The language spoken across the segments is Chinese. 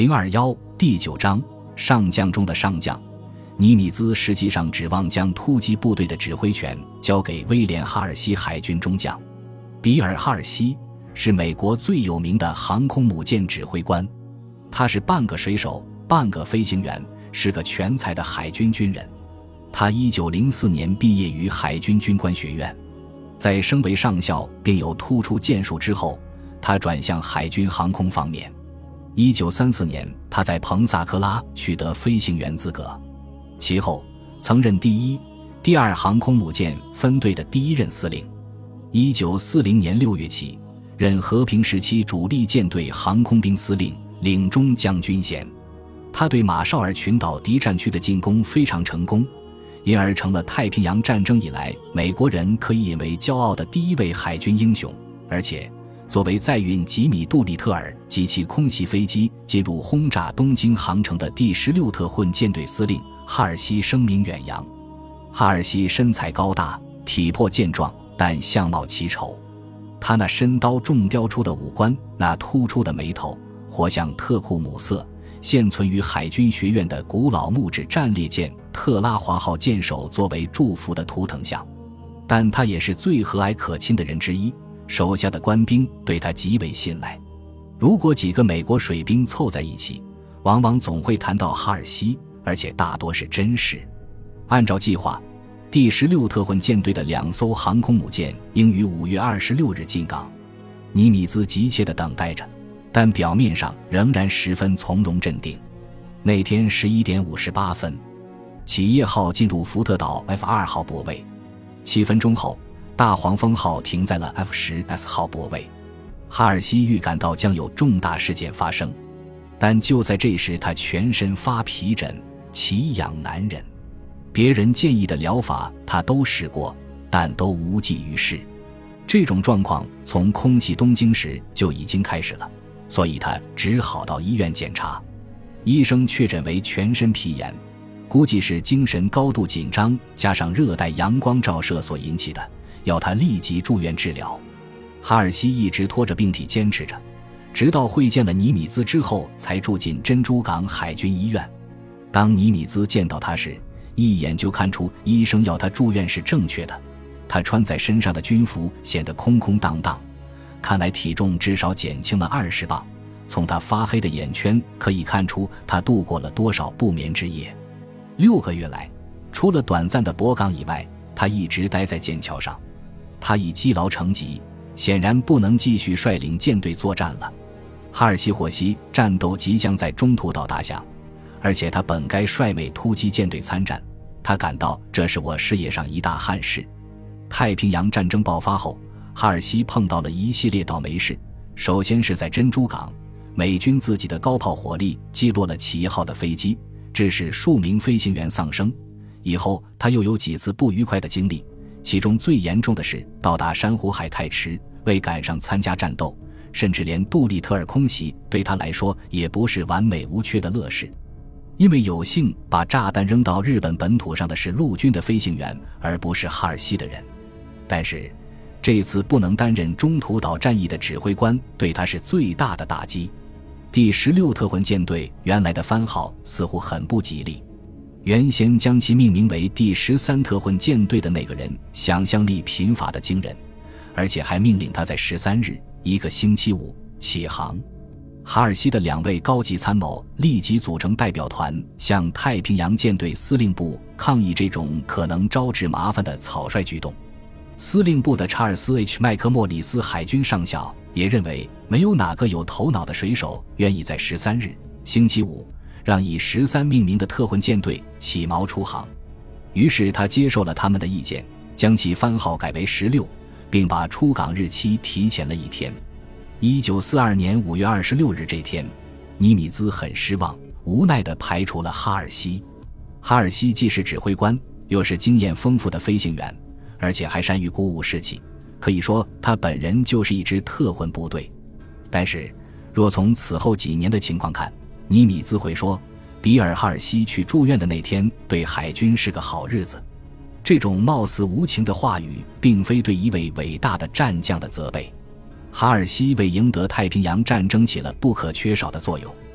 021第9章上将中的上将。尼米兹实际上指望将突击部队的指挥权交给威廉·哈尔西海军中将。比尔·哈尔西是美国最有名的航空母舰指挥官，他是半个水手半个飞行员，是个全才的海军军人。他1904年毕业于海军军官学院，在升为上校并有突出建树之后，他转向海军航空方面。1934年他在彭萨科拉取得飞行员资格，其后曾任第1、第2航空母舰分队的第1任司令。1940年6月起任和平时期主力舰队航空兵司令，领中将军衔。他对马绍尔群岛敌占区的进攻非常成功，因而成了太平洋战争以来美国人可以引为骄傲的第1位海军英雄。而且作为载运吉米·杜里特尔及其空袭飞机进入轰炸东京航程的第16特混舰队司令，哈尔西声名远扬。哈尔西身材高大，体魄健壮，但相貌奇丑。他那身刀重雕出的五官，那突出的眉头，活像特库姆色现存于海军学院的古老木质战列舰特拉华号舰首作为祝福的图腾像。但他也是最和蔼可亲的人之一，手下的官兵对他极为信赖。如果几个美国水兵凑在一起，往往总会谈到哈尔西，而且大多是真事。按照计划，第16特混舰队的2艘航空母舰应于5月26日进港。尼米兹急切地等待着，但表面上仍然十分从容镇定。那天11点58分，企业号进入福特岛 F2 号泊位，7分钟后大黄蜂号停在了 F10S 号泊位。哈尔西预感到将有重大事件发生，但就在这时他全身发皮疹，奇痒难忍。别人建议的疗法他都试过，但都无济于事。这种状况从空袭东京时就已经开始了，所以他只好到医院检查。医生确诊为全身皮炎，估计是精神高度紧张加上热带阳光照射所引起的，要他立即住院治疗。哈尔西一直拖着病体坚持着，直到会见了尼米兹之后才住进珍珠港海军医院。当尼米兹见到他时，一眼就看出医生要他住院是正确的。他穿在身上的军服显得空空荡荡，看来体重至少减轻了20磅。从他发黑的眼圈可以看出他度过了多少不眠之夜。6个月来，除了短暂的泊港以外，他一直待在剑桥上。他已积劳成疾，显然不能继续率领舰队作战了。哈尔西获悉战斗即将在中途岛打响，而且他本该率美突击舰队参战，他感到这是我事业上一大憾事。太平洋战争爆发后，哈尔西碰到了一系列倒霉事。首先是在珍珠港，美军自己的高炮火力击落了企业号的飞机，致使数名飞行员丧生。以后他又有几次不愉快的经历，其中最严重的是到达珊瑚海太迟，未赶上参加战斗，甚至连杜立特尔空袭对他来说也不是完美无缺的乐事。因为有幸把炸弹扔到日本本土上的是陆军的飞行员，而不是哈尔西的人。但是这次不能担任中途岛战役的指挥官对他是最大的打击。第16特混舰队原来的番号似乎很不吉利，原先将其命名为第13特混舰队的那个人想象力贫乏的惊人，而且还命令他在13日一个星期五起航。哈尔西的2位高级参谋立即组成代表团向太平洋舰队司令部抗议这种可能招致麻烦的草率举动。司令部的查尔斯 ·H. 麦克莫里斯海军上校也认为没有哪个有头脑的水手愿意在13日星期五让以13命名的特混舰队起锚出航。于是他接受了他们的意见，将其番号改为16，并把出港日期提前了1天。1942年5月26日这天，尼米兹很失望，无奈地排除了哈尔西。哈尔西既是指挥官，又是经验丰富的飞行员，而且还善于鼓舞士气，可以说他本人就是一支特混部队。但是若从此后几年的情况看，尼米兹会说比尔·哈尔西去住院的那天对海军是个好日子。这种貌似无情的话语并非对一位伟大的战将的责备。哈尔西为赢得太平洋战争起了不可缺少的作用。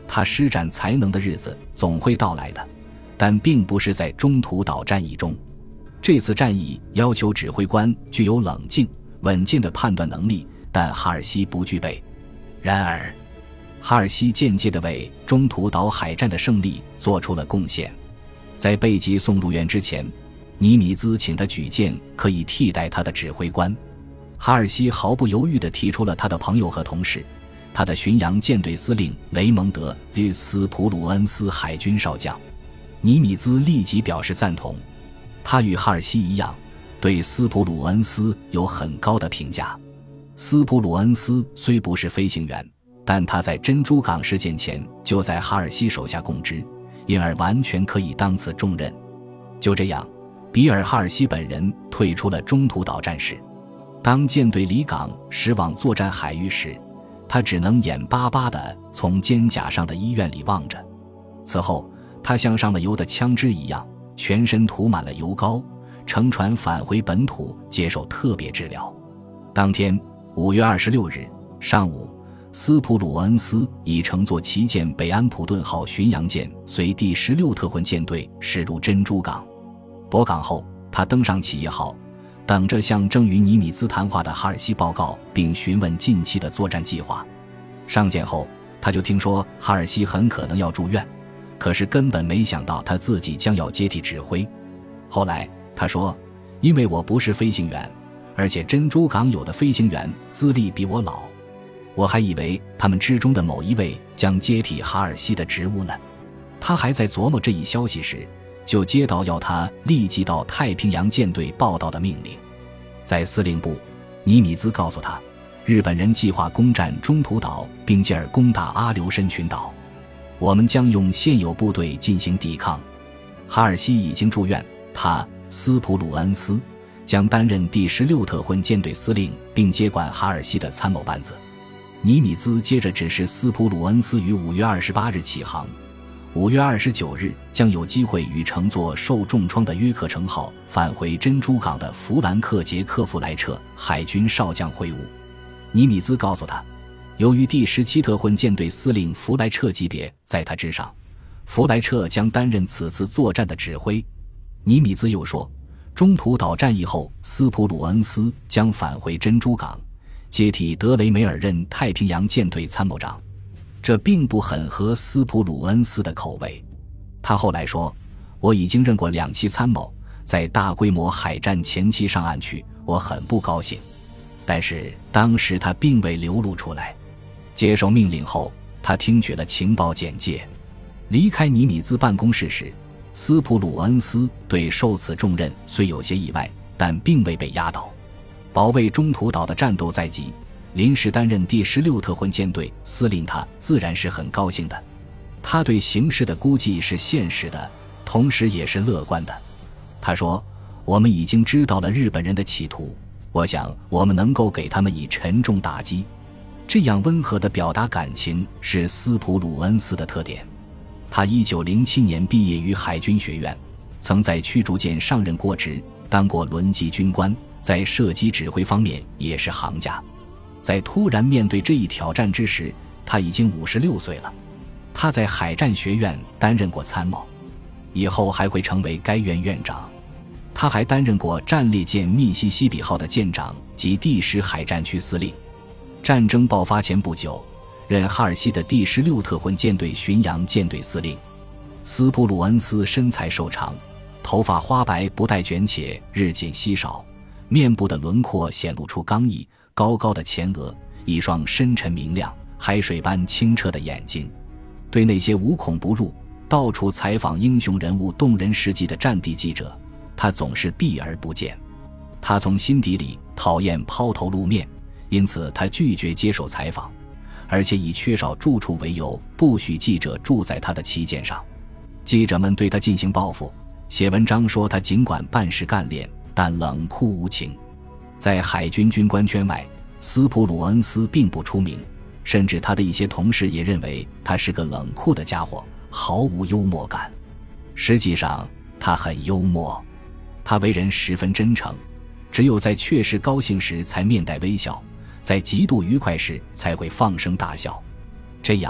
他施展才能的日子总会到来的，但并不是在中途岛战役中。这次战役要求指挥官具有冷静、稳健的判断能力，但哈尔西不具备。然而，哈尔西间接地为中途岛海战的胜利做出了贡献。在被急送入院之前，尼米兹请他举荐可以替代他的指挥官。哈尔西毫不犹豫地提出了他的朋友和同事，他的巡洋舰队司令雷蒙德·略斯普鲁恩斯海军少将。尼米兹立即表示赞同。他与哈尔西一样，对斯普鲁恩斯有很高的评价。斯普鲁恩斯虽不是飞行员，但他在珍珠港事件前就在哈尔西手下供职，因而完全可以当此重任。就这样，比尔·哈尔西本人退出了中途岛战事。当舰队离港驶往作战海域时，他只能眼巴巴地从肩胛上的医院里望着。此后，他像上了油的枪支一样，全身涂满了油膏，乘船返回本土接受特别治疗。当天5月26日上午，斯普鲁恩斯已乘坐旗舰北安普顿号巡洋舰随第16特混舰队驶入珍珠港。泊港后，他登上企业号，等着向正与尼米兹谈话的哈尔西报告并询问近期的作战计划。上舰后，他就听说哈尔西很可能要住院，可是根本没想到他自己将要接替指挥。后来他说，因为我不是飞行员，而且珍珠港有的飞行员资历比我老，我还以为他们之中的某一位将接替哈尔西的职务呢。他还在琢磨这一消息时，就接到要他立即到太平洋舰队报道的命令。在司令部，尼米兹告诉他，日本人计划攻占中途岛，并进而攻打阿留申群岛，我们将用现有部队进行抵抗。哈尔西已经住院，他斯普鲁恩斯将担任第16特混舰队司令，并接管哈尔西的参谋班子。尼米兹接着指示斯普鲁恩斯于5月28日起航，5月29日将有机会与乘坐受重创的约克城号返回珍珠港的弗兰克·杰克弗莱彻海军少将会晤。尼米兹告诉他，由于第17特混舰队司令弗莱彻级别在他之上，弗莱彻将担任此次作战的指挥。尼米兹又说，中途岛战役后，斯普鲁恩斯将返回珍珠港，接替德雷梅尔任太平洋舰队参谋长。这并不很合斯普鲁恩斯的口味。他后来说，我已经任过2期参谋，在大规模海战前期上岸去，我很不高兴。但是当时他并未流露出来。接受命令后，他听取了情报简介。离开尼米兹办公室时，斯普鲁恩斯对受此重任虽有些意外，但并未被压倒。保卫中途岛的战斗在即，临时担任第16特混舰队司令，他自然是很高兴的。他对形势的估计是现实的，同时也是乐观的。他说，我们已经知道了日本人的企图，我想我们能够给他们以沉重打击。这样温和地表达感情是斯普鲁恩斯的特点。他1907年毕业于海军学院，曾在驱逐舰上任过职，当过轮机军官，在射击指挥方面也是行家。在突然面对这一挑战之时，他已经56岁了。他在海战学院担任过参谋，以后还会成为该院院长。他还担任过战列舰密西西比号的舰长及第10海战区司令。战争爆发前不久，任哈尔西的第16特混舰队巡洋舰队司令。斯普鲁恩斯身材瘦长，头发花白不带卷且日渐稀少，面部的轮廓显露出刚毅，高高的前额，一双深沉明亮、海水般清澈的眼睛。对那些无孔不入、到处采访英雄人物动人事迹的战地记者，他总是避而不见。他从心底里讨厌抛头露面，因此他拒绝接受采访，而且以缺少住处为由，不许记者住在他的旗舰上。记者们对他进行报复，写文章说他尽管办事干练，但冷酷无情。在海军军官圈外，斯普鲁恩斯并不出名，甚至他的一些同事也认为他是个冷酷的家伙，毫无幽默感。实际上他很幽默，他为人十分真诚，只有在确实高兴时才面带微笑，在极度愉快时才会放声大笑。这样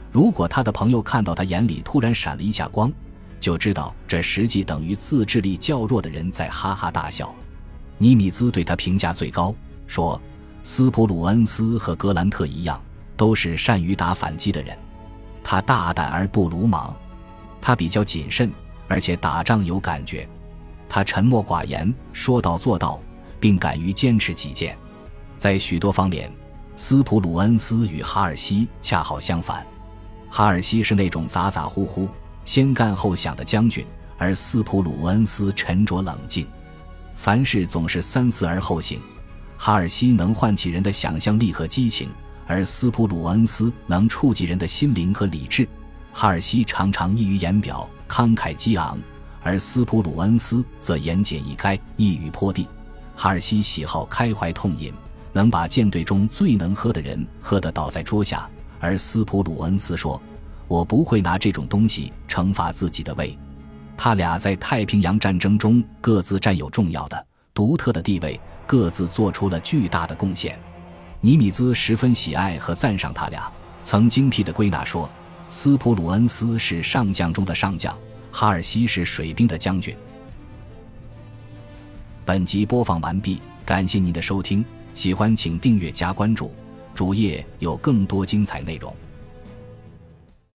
如果他的朋友看到他眼里突然闪了一下光，就知道这实际等于自制力较弱的人在哈哈大笑。尼米兹对他评价最高，说斯普鲁恩斯和格兰特一样，都是善于打反击的人。他大胆而不鲁莽，他比较谨慎，而且打仗有感觉。他沉默寡言，说到做到，并敢于坚持己见。在许多方面，斯普鲁恩斯与哈尔西恰好相反。哈尔西是那种咋咋呼呼、先干后想的将军，而斯普鲁恩斯沉着冷静，凡事总是三思而后行。哈尔西能唤起人的想象力和激情，而斯普鲁恩斯能触及人的心灵和理智。哈尔西常常溢于言表，慷慨激昂，而斯普鲁恩斯则言简意赅，一语泼地。哈尔西喜好开怀痛饮，能把舰队中最能喝的人喝得倒在桌下，而斯普鲁恩斯说，我不会拿这种东西惩罚自己的胃。他俩在太平洋战争中各自占有重要的、独特的地位，各自做出了巨大的贡献。尼米兹十分喜爱和赞赏他俩，曾精辟地归纳说，斯普鲁恩斯是上将中的上将，哈尔西是水兵的将军。本集播放完毕，感谢您的收听，喜欢请订阅加关注，主页有更多精彩内容。